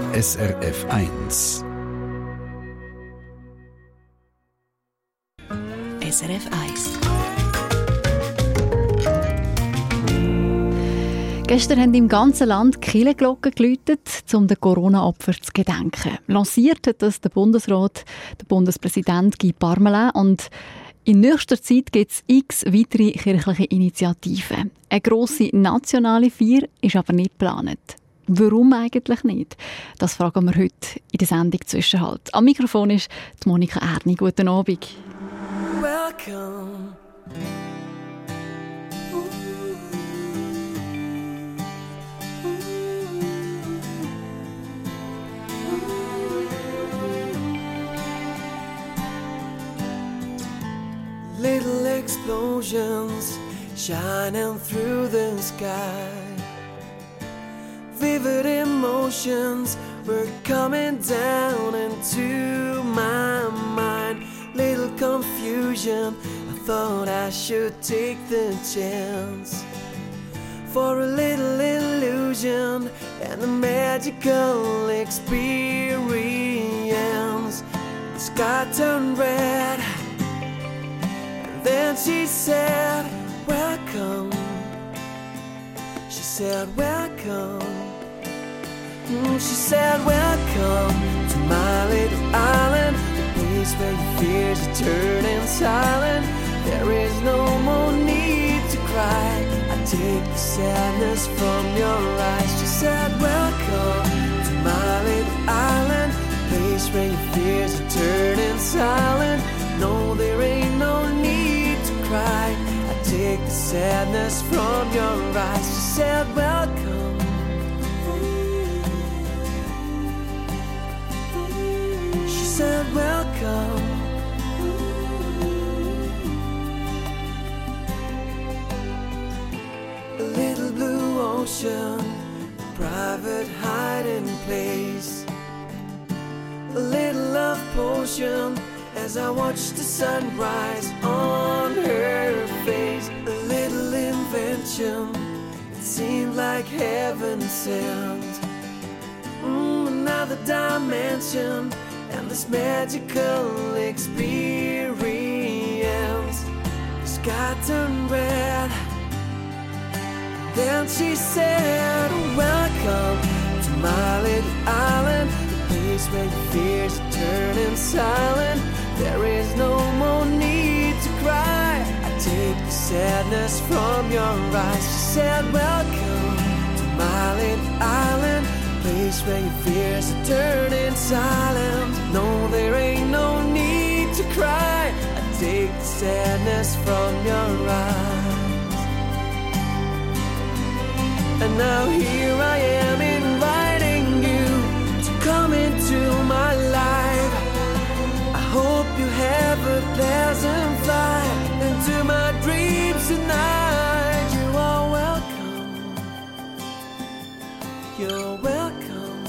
SRF 1. SRF 1. Gestern haben im ganzen Land die Kirchenglocken geläutet, um den Corona-Opfern zu gedenken. Lanciert hat das der Bundesrat, der Bundespräsident Guy Parmelin. Und in nächster Zeit gibt es x weitere kirchliche Initiativen. Eine grosse nationale Feier ist aber nicht geplant. Warum eigentlich nicht? Das fragen wir heute in der Sendung «Zwischenhalt». Am Mikrofon ist die Monika Erni. Guten Abend. Welcome. Little explosions shining through the sky. Vivid emotions were coming down into my mind. Little confusion, I thought I should take the chance for a little illusion and a magical experience. The sky turned red. Then she said, welcome. She said, welcome. She said, welcome to my little island, the place where your fears are turning silent. There is no more need to cry. I take the sadness from your eyes. She said, welcome to my little island, the place where your fears are turning silent. No, there ain't no need to cry. I take the sadness from your eyes. She said, welcome. She said, welcome. A little blue ocean, a private hiding place. A little love potion as I watched the sunrise on her face. A little invention, it seemed like heaven sent. Another dimension and this magical experience. The sky turned red. Then she said, welcome to my little island, the place where your fears are turning silent. There is no more need to cry. I take the sadness from your eyes. She said, welcome to my little island, place where your fears are turning silent. No, there ain't no need to cry. I take the sadness from your eyes. And now here I am inviting you to come into my life. I hope you have a pleasant flight into my dreams tonight. You are welcome. You're welcome.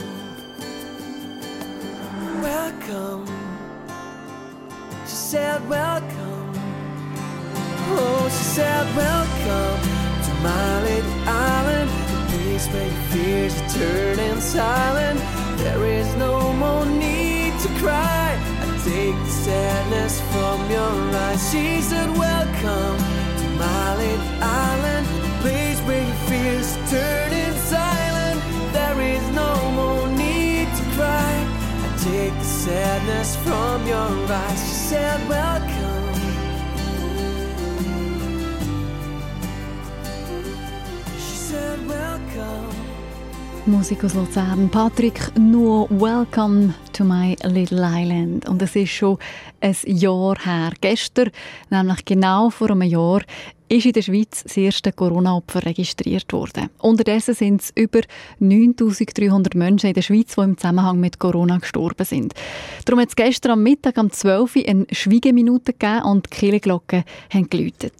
Welcome. She said welcome. Oh, she said welcome to my little island, the place where your fears are turning silent. There is no more need to cry. Take the sadness from your eyes. She said, welcome to my little island, the place where your fears are turning silent. There is no more need to cry. I take the sadness from your eyes. She said, welcome. She said, welcome. Musik aus Luzern. Patrick Nuo, welcome to my little island. Und es ist schon ein Jahr her. Gestern, nämlich genau vor einem Jahr, ist in der Schweiz das erste Corona-Opfer registriert worden. Unterdessen sind es über 9300 Menschen in der Schweiz, die im Zusammenhang mit Corona gestorben sind. Darum hat es gestern am Mittag um 12 Uhr eine Schweigeminute gegeben und die Kirchenglocken haben geläutet.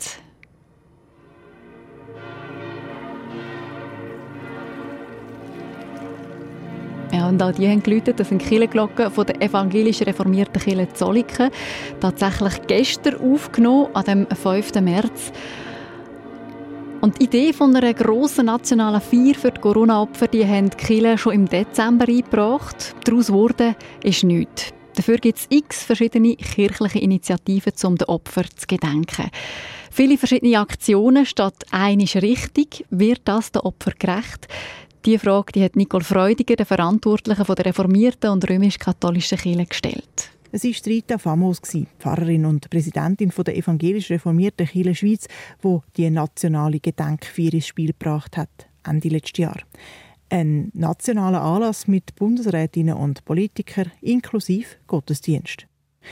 Ja, und auch die haben geläutet. Das sind Kirchenglocken von der evangelisch reformierten Kirche Zolliken. Tatsächlich gestern aufgenommen, an dem 5. März. Und Und die Idee von einer grossen nationalen Feier für die Corona-Opfer, die haben die Kirchen schon im Dezember eingebracht. Daraus wurde ist nichts. Dafür gibt es x verschiedene kirchliche Initiativen, um den Opfern zu gedenken. Viele verschiedene Aktionen statt eine ist richtig. Wird das den Opfern gerecht? Diese Frage die hat Nicole Freudiger, der Verantwortliche der reformierten und römisch-katholischen Kirche, gestellt. Es war Rita Famos, Pfarrerin und Präsidentin der evangelisch-reformierten Kirche Schweiz, die nationale Gedenkfeier ins Spiel gebracht hat, Ende letztes Jahr. Ein nationaler Anlass mit Bundesrätinnen und Politikern inklusive Gottesdienst.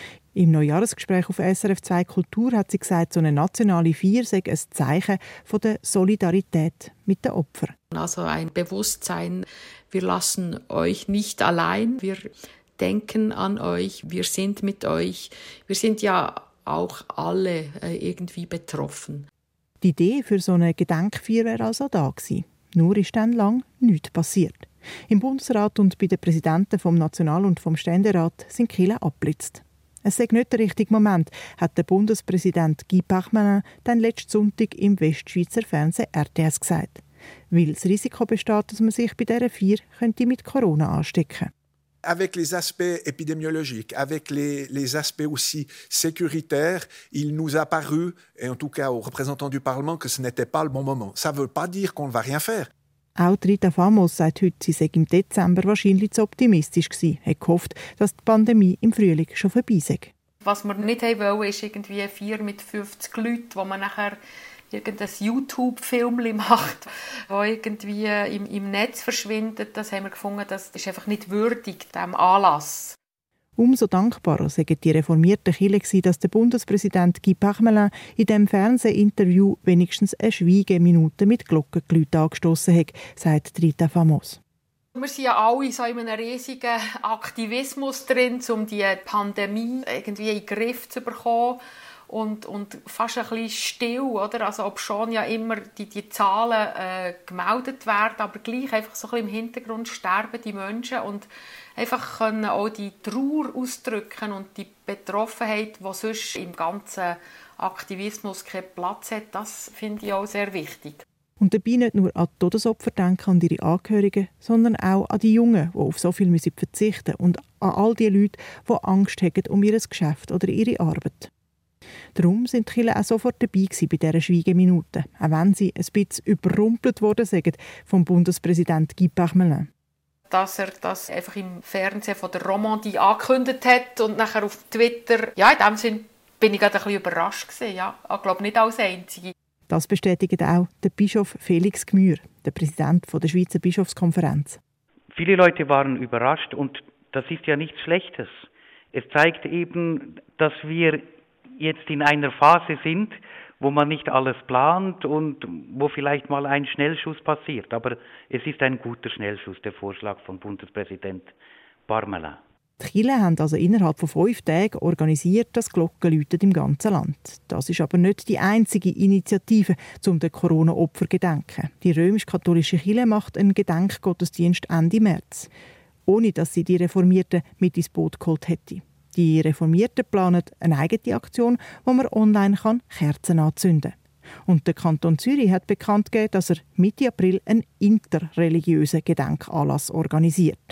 Im Neujahrsgespräch auf SRF 2 Kultur hat sie gesagt, so eine nationale Feier sei ein Zeichen von der Solidarität mit den Opfern. Also ein Bewusstsein, wir lassen euch nicht allein, wir denken an euch, wir sind mit euch. Wir sind ja auch alle irgendwie betroffen. Die Idee für so eine Gedenkfeier wäre also da gewesen. Nur ist dann lang nichts passiert. Im Bundesrat und bei den Präsidenten vom National- und vom Ständerat sind die Kirchen abgeblitzt. Es sei nicht der richtige Moment, hat der Bundespräsident Guy Parmelin dann letzten Sonntag im Westschweizer Fernsehen RTS gesagt. Weil das Risiko besteht, dass man sich bei dieser Feier mit Corona anstecken könnte. Avec les aspects épidémiologiques, avec les aspects aussi sécuritaires, il nous a paru, et en tout cas aux représentants du Parlement, que ce n'était pas le bon moment. Ça ne veut pas dire qu'on ne va rien faire. Auch Rita Famos sagt heute, sie sei im Dezember wahrscheinlich zu optimistisch gewesen, hat gehofft, dass die Pandemie im Frühling schon vorbei sei. Was wir nicht wollen, ist irgendwie 4 mit 50 Leuten, wo man nachher irgendein YouTube-Film macht, das irgendwie im Netz verschwindet. Das haben wir gefunden, das ist einfach nicht würdig, diesem Anlass. Umso dankbarer sagen die reformierten Kirchen, dass der Bundespräsident Guy Parmelin in diesem Fernsehinterview wenigstens eine Schweigeminute mit Glockengeläuten angestossen hat, sagt Rita Famos. Wir sind ja alle so in einem riesigen Aktivismus drin, um die Pandemie irgendwie in den Griff zu bekommen. Und fast ein bisschen still, oder? Also, ob schon ja immer die Zahlen gemeldet werden, aber gleich einfach so ein bisschen im Hintergrund sterben die Menschen und einfach können auch die Trauer ausdrücken und die Betroffenheit, die sonst im ganzen Aktivismus keinen Platz hat, das finde ich auch sehr wichtig. Und dabei nicht nur an die Todesopfer denken und ihre Angehörigen, sondern auch an die Jungen, die auf so viel verzichten müssen und an all die Leute, die Angst haben um ihr Geschäft oder ihre Arbeit. Darum sind die Kirchen auch sofort dabei bei dieser Schweigeminute, auch wenn sie ein bisschen überrumpelt worden sind vom Bundespräsident Guy Parmelin. Dass er das einfach im Fernsehen von der Romandie angekündigt hat und nachher auf Twitter, ja, in dem Sinn bin ich gerade ein bisschen überrascht gewesen, ja. Ich glaube nicht als Einzige. Das bestätigt auch der Bischof Felix Gmür, der Präsident der Schweizer Bischofskonferenz. Viele Leute waren überrascht und das ist ja nichts Schlechtes. Es zeigt eben, dass wir jetzt in einer Phase sind, wo man nicht alles plant und wo vielleicht mal ein Schnellschuss passiert. Aber es ist ein guter Schnellschuss, der Vorschlag von Bundespräsident Parmelin. Die Kirchen haben also innerhalb von 5 Tagen organisiert, dass Glocken läuten im ganzen Land. Das ist aber nicht die einzige Initiative, um den Corona-Opfer zu gedenken. Die römisch-katholische Kirche macht einen Gedenkgottesdienst Ende März, ohne dass sie die Reformierten mit ins Boot geholt hätte. Die Reformierten planen eine eigene Aktion, wo man online Kerzen anzünden kann. Und der Kanton Zürich hat bekannt gegeben, dass er Mitte April einen interreligiösen Gedenkanlass organisiert.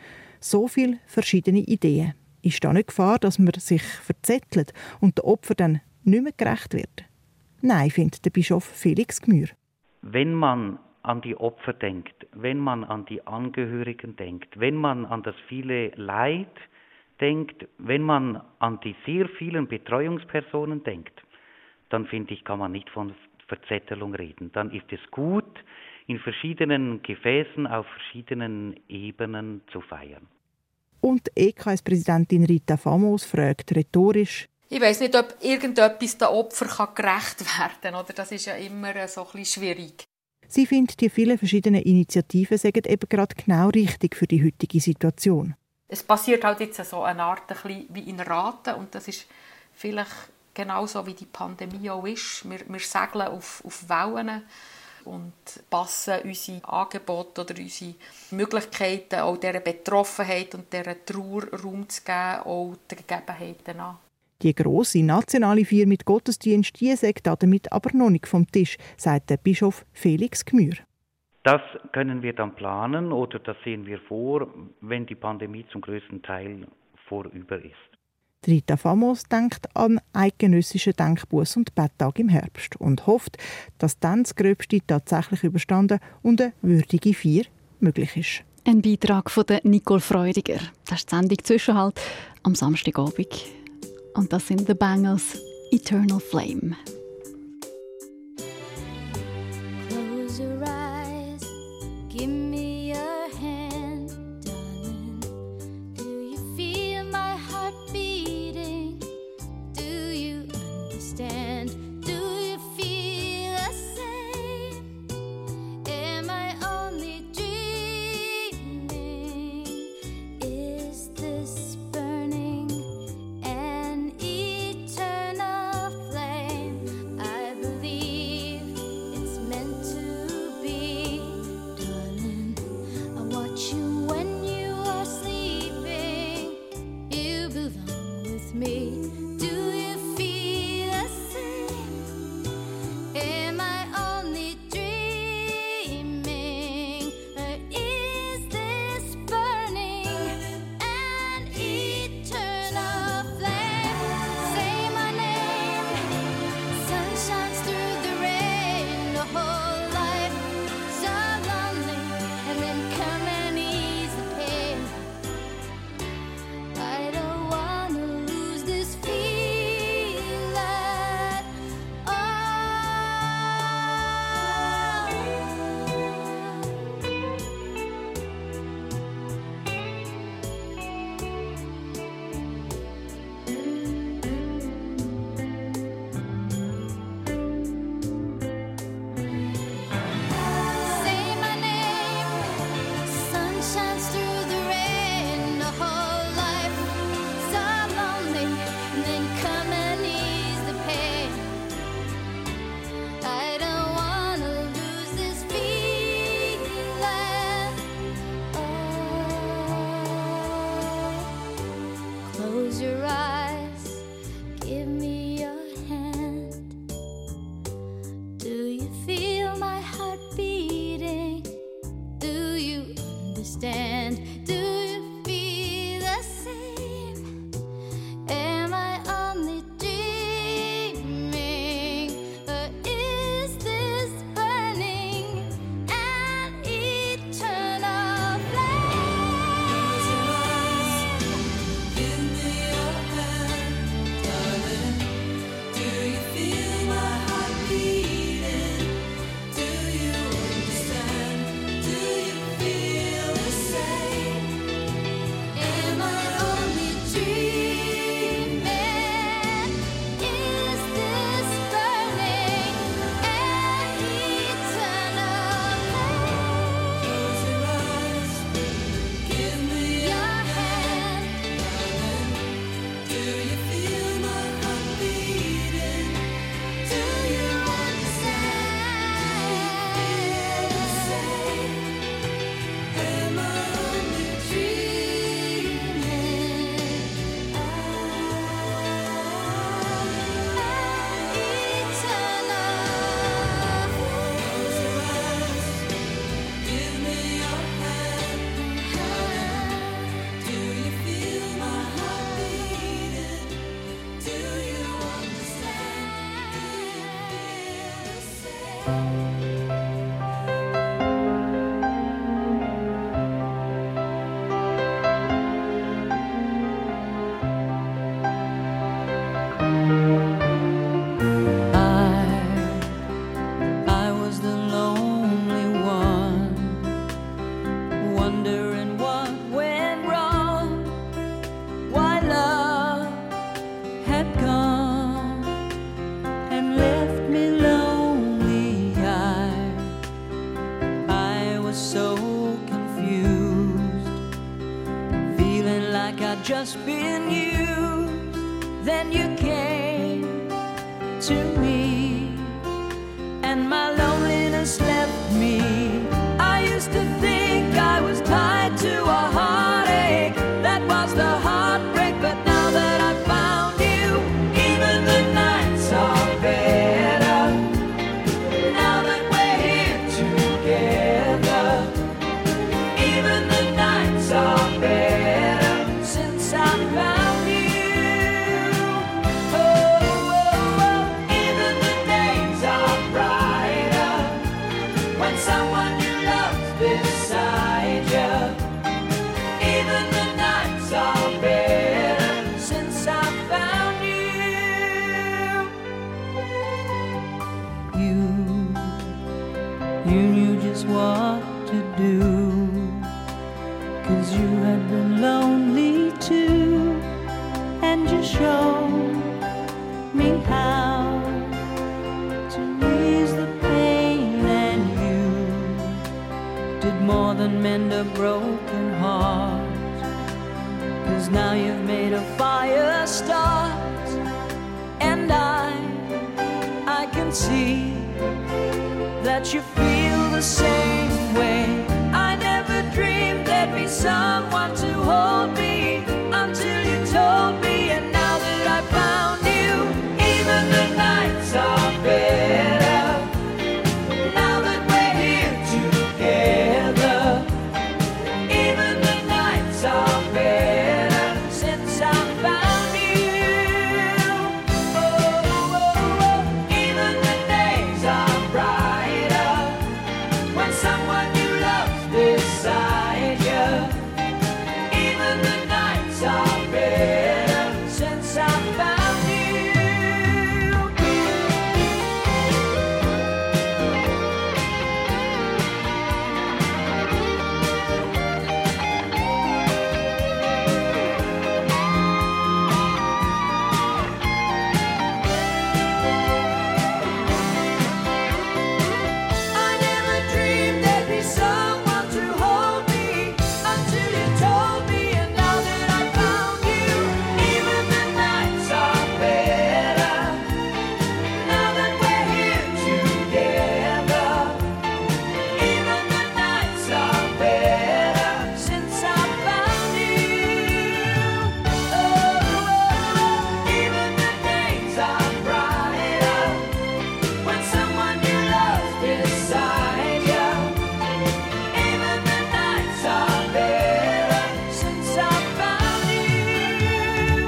So viele verschiedene Ideen. Ist da nicht Gefahr, dass man sich verzettelt und den Opfern dann nicht mehr gerecht wird? Nein, findet der Bischof Felix Gmür. Wenn man an die Opfer denkt, wenn man an die Angehörigen denkt, wenn man an das viele Leid denkt, wenn man an die sehr vielen Betreuungspersonen denkt, dann finde ich, kann man nicht von Verzettelung reden. Dann ist es gut, in verschiedenen Gefäßen, auf verschiedenen Ebenen zu feiern. Und EKS-Präsidentin Rita Famos fragt rhetorisch: Ich weiss nicht, ob irgendetwas den Opfern gerecht werden kann. Oder? Das ist ja immer so ein bisschen schwierig. Sie findet, die vielen verschiedenen Initiativen sagen eben gerade genau richtig für die heutige Situation. Es passiert halt jetzt so eine Art ein bisschen wie in Raten und das ist vielleicht genauso wie die Pandemie auch ist. Wir segeln auf Wellen und passen unsere Angebote oder unsere Möglichkeiten, auch dieser Betroffenheit und dieser Trauer Raum zu geben, auch den Gegebenheiten an. Die grosse nationale Feier mit Gottesdienst, die sagt damit aber noch nicht vom Tisch, sagt der Bischof Felix Gmür. Das können wir dann planen oder das sehen wir vor, wenn die Pandemie zum größten Teil vorüber ist. Rita Famos denkt an eidgenössischen Denkbuß- und Betttag im Herbst und hofft, dass dann das Gröbste tatsächlich überstanden und eine würdige Feier möglich ist. Ein Beitrag von Nicole Freudiger. Das ist die Sendung «Zwischenhalt» am Samstagabend. Und das sind The Bangles «Eternal Flame». Close your eyes, give me your hand, darling. Do you feel my heart beating? Do you understand? Do you feel the same? Am I only dreaming? Is this burning an eternal flame? I believe it's meant to be, darling. I watch you when you are sleeping. You belong with me. Do you feel the same? Am I only dreaming? Or is this burning an eternal flame? Say my name. Sun shines through the rain. The whole life so lonely, and then come and ease the pain. I don't wanna lose this feeling at all. Say my name. Sun shines through the rain. The whole life so lonely, and then come and ease the pain. I don't wanna lose this feeling at all. Close your eyes, give me your hand. Do you feel my heart beating? Do you understand? Do you feel the same? Am I only dreaming? Or is this burning an eternal flame? Give me your hand, darling. Do you feel my heart beating? Do you understand? Do you feel the same? Am I only dreaming? Is this burning an eternal flame? Close your eyes, give me your hand, darling. Do you feel my heart beating? Do you understand? Do you feel the same? Am I only dreaming? Give me your hand. Do you feel my heart beating? Do you understand? Do you feel the same? I was the lonely one, wondering what went wrong, why love had come and left me lonely. I was so confused, feeling like I'd just been used. Then you came to me, and my loneliness left me. I used to think I was tied to a heartache. That was the heartbreak, but now that I found you, 'cause you have been lonely too, and you show me how to ease the pain, and you did more than mend a broken heart, 'cause now you've made a fire start, and I can see that you feel the same way. I never dreamed there'd be someone to hold me until you told me, and now that I found you, even the nights are better. Now that we're here together, even the nights are better since I found you. Oh, oh, oh. Even the days are brighter when someone you love's beside you. Even the nights are better since I found you. I never dreamed there'd be someone to hold me until you told me, and now that I found you, even the nights are better. Now that we're here together, even the nights are better since I found you. Oh, even the days are brighter when someone you love's beside you. Even the nights are better since I found you.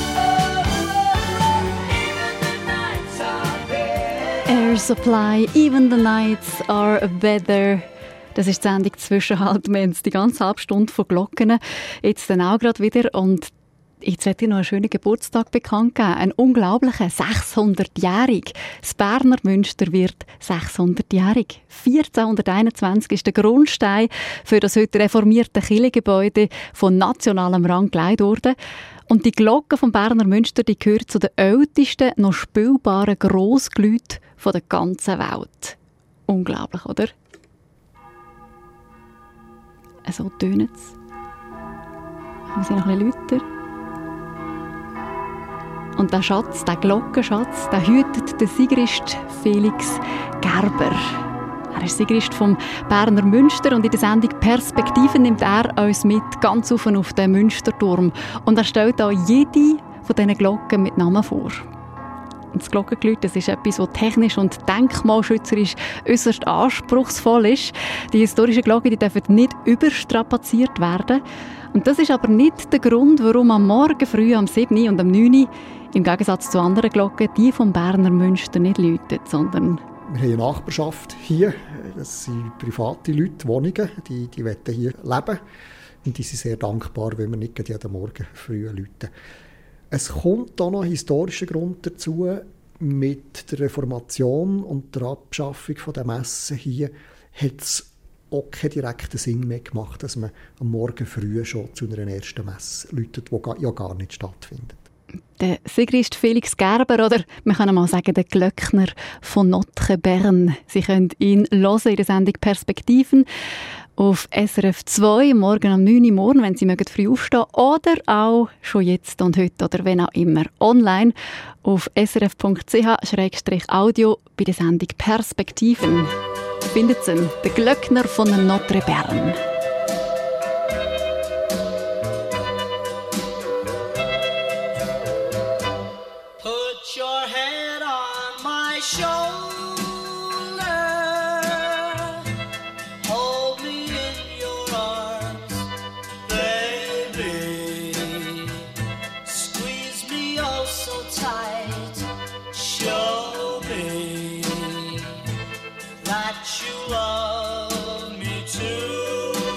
Oh, even the nights are better. Air Supply, Even the Nights Are Better. Das ist die Sendung «Zwischenhalt». Wir haben die ganze halbe Stunde von Glocken. Jetzt dann auch gerade wieder. Und jetzt werde ich noch einen schönen Geburtstag bekannt geben. Ein unglaublicher 600-jährig. Das Berner Münster wird 600-jährig. 1421 ist der Grundstein für das heute reformierte Kirchengebäude von nationalem Rang gelegt worden. Und die Glocke vom Berner Münster, die gehört zu den ältesten noch spielbaren Grossglüten von der ganzen Welt. Unglaublich, oder? So tönt es. Wir sind noch ein bisschen lauter. Und der Schatz, der Glockenschatz, der hütet der Sigrist Felix Gerber. Er ist Sigrist vom Berner Münster und in der Sendung «Perspektiven» nimmt er uns mit ganz auf den Münsterturm. Und er stellt auch jede von diesen Glocken mit Namen vor. Und das Glockengeläut, das ist etwas, das technisch und denkmalschützerisch äußerst anspruchsvoll ist. Die historischen Glocken, die dürfen nicht überstrapaziert werden. Und das ist aber nicht der Grund, warum am Morgen früh, am 7. und am 9. im Gegensatz zu anderen Glocken, die vom Berner Münster nicht läuten, sondern... Wir haben eine Nachbarschaft hier. Das sind private Leute, Wohnungen, die wollen hier leben. Und die sind sehr dankbar, wenn wir nicht jeden Morgen früh läuten. Es kommt auch noch ein historischer Grund dazu. Mit der Reformation und der Abschaffung der Messe hier hat es auch keinen direkten Sinn mehr gemacht, dass man am Morgen früh schon zu einer ersten Messe läutet, die ja gar nicht stattfindet. Der Sigrist Felix Gerber, oder man kann mal sagen, der Glöckner von Notre Bern. Sie können ihn hören in der Sendung «Perspektiven» auf SRF 2, morgen um 9 Uhr morgen, wenn Sie früh aufstehen oder auch schon jetzt und heute oder wenn auch immer online auf srf.ch/audio bei der Sendung «Perspektiven». Findet Sie den Glöckner von Notre Bern. Put your head on my shoulder. Hold me in your arms, baby. Squeeze me oh so tight. Show me that you love me too.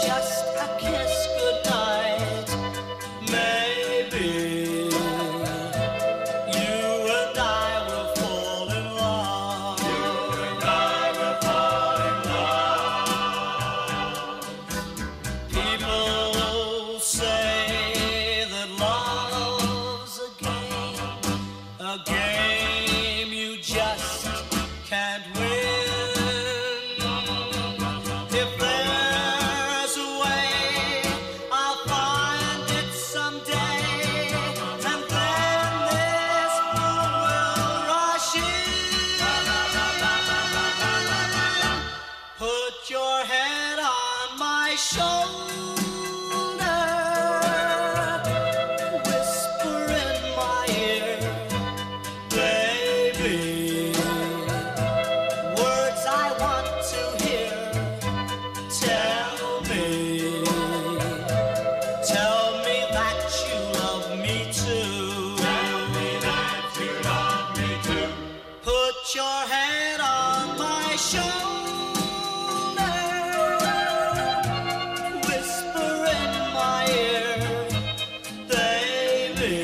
just a kiss goodnight. Maybe you and I will fall in love. You and I will fall in love. People say that love's a game you just can't win. If there's a way, I'll find it someday, and then this moon will rush in. Put your head on my shoulder, whisper in my ear, baby, words I want to hear. Tell me that you love me too. Tell me that you love me too. Put your head on my shoulder, whisper in my ear, baby,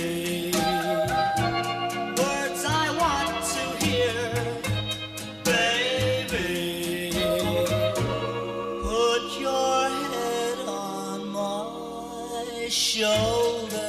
words I want to hear, baby, put your head on my shoulder.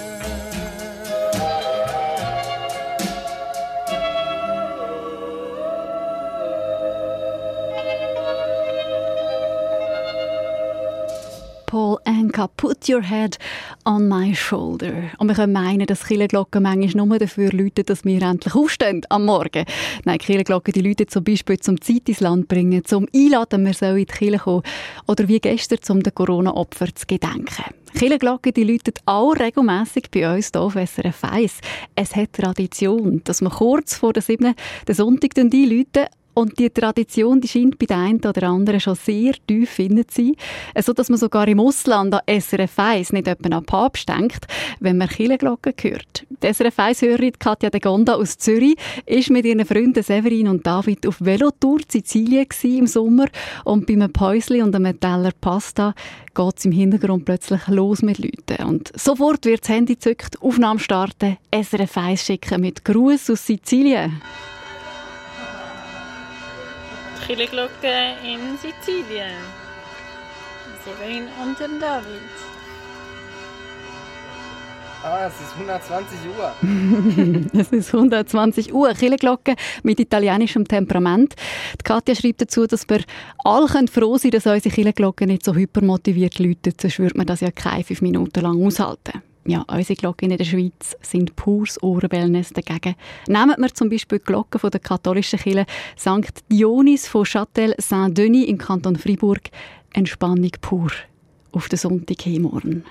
Paul Anka, «Put your head on my shoulder». Und wir können meinen, dass Kirchenglocken manchmal nur dafür läuten, dass wir endlich aufstehen am Morgen. Nein, die Kirchenglocken die läuten zum Beispiel zum Zeit ins Land bringen, zum Einladen, wir sollen in die Kirche kommen. Oder wie gestern, um den Corona-Opfern zu gedenken. Kirchenglocken die läuten auch regelmässig bei uns hier auf SRF 1. Es hat Tradition, dass wir kurz vor der 7. den Sonntag einläuten. Und die Tradition, die scheint bei den einen oder anderen schon sehr tief zu sein. So dass man sogar im Ausland an SRF 1 nicht etwa an Papst denkt, wenn man Kirchenglocken hört. Die SRF 1-Hörerin Katja de Gonda aus Zürich war mit ihren Freunden Severin und David auf Velotour in Sizilien im Sommer. Und bei einem Päusli und einem Teller Pasta geht es im Hintergrund plötzlich los mit Leuten. Und sofort wird das Handy gezückt, Aufnahme starten, SRF 1 schicken mit Gruß aus Sizilien. Kirchenglocke in Sizilien. Severin und David. Es ist 120 Uhr. Es ist 120 Uhr. Kirchenglocke mit italienischem Temperament. Die Katja schreibt dazu, dass wir alle froh sein können, dass unsere Kirchenglocke nicht so hypermotiviert läutet. Sonst würde man das ja keine 5 Minuten lang aushalten. Ja, unsere Glocken in der Schweiz sind pures Ohrenwellness dagegen. Nehmen wir zum Beispiel die Glocken von der katholischen Kirche St. Dionis von Châtel-Saint-Denis im Kanton Fribourg. Entspannung pur auf den Sonntag hin morgen.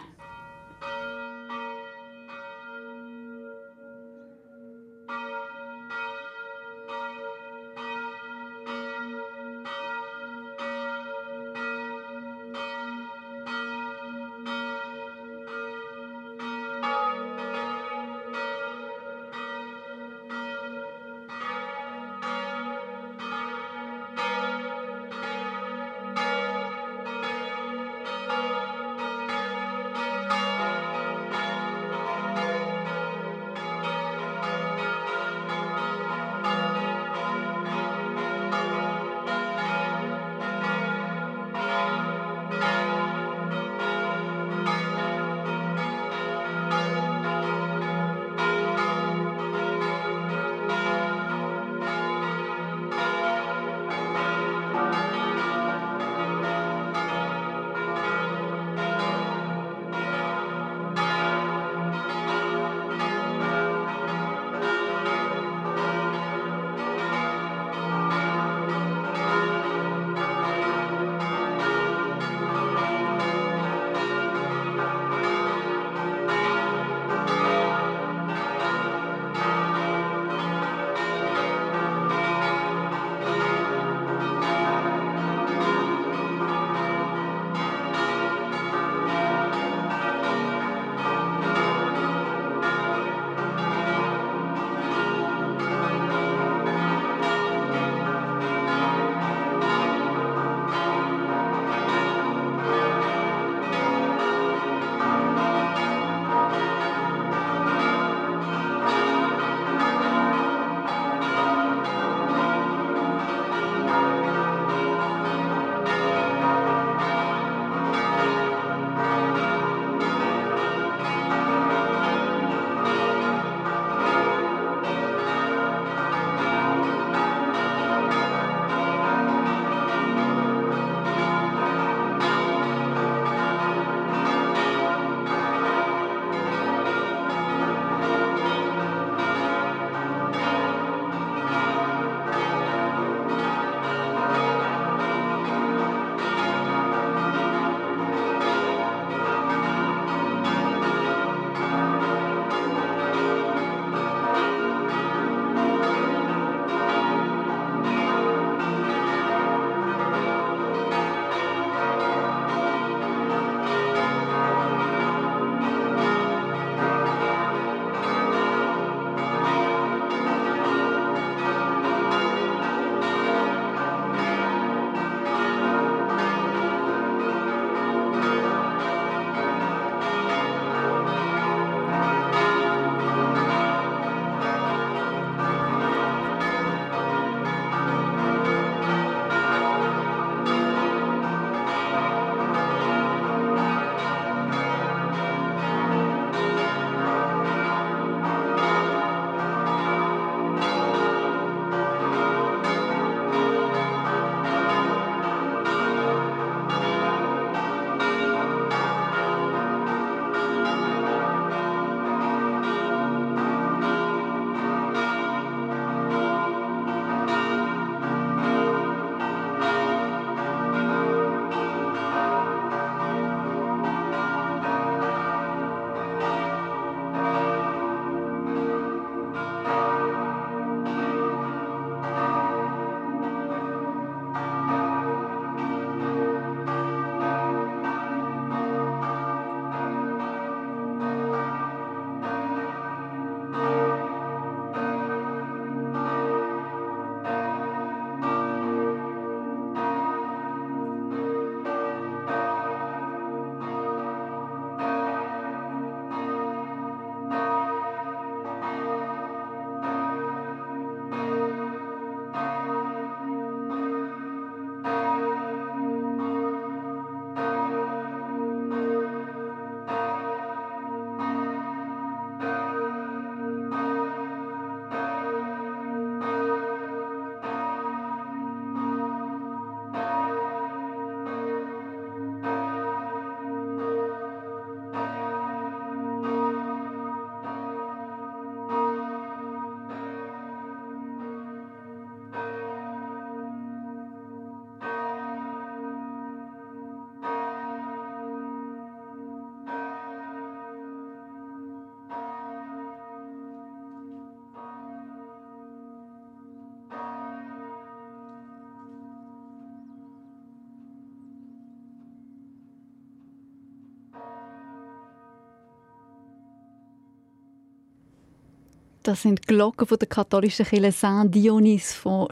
Das sind die Glocken von der katholischen Kirche Saint-Dionys von.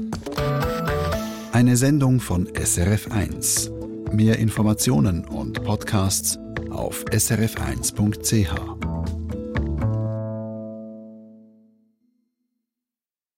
Eine Sendung von SRF1. Mehr Informationen und Podcasts auf srf1.ch.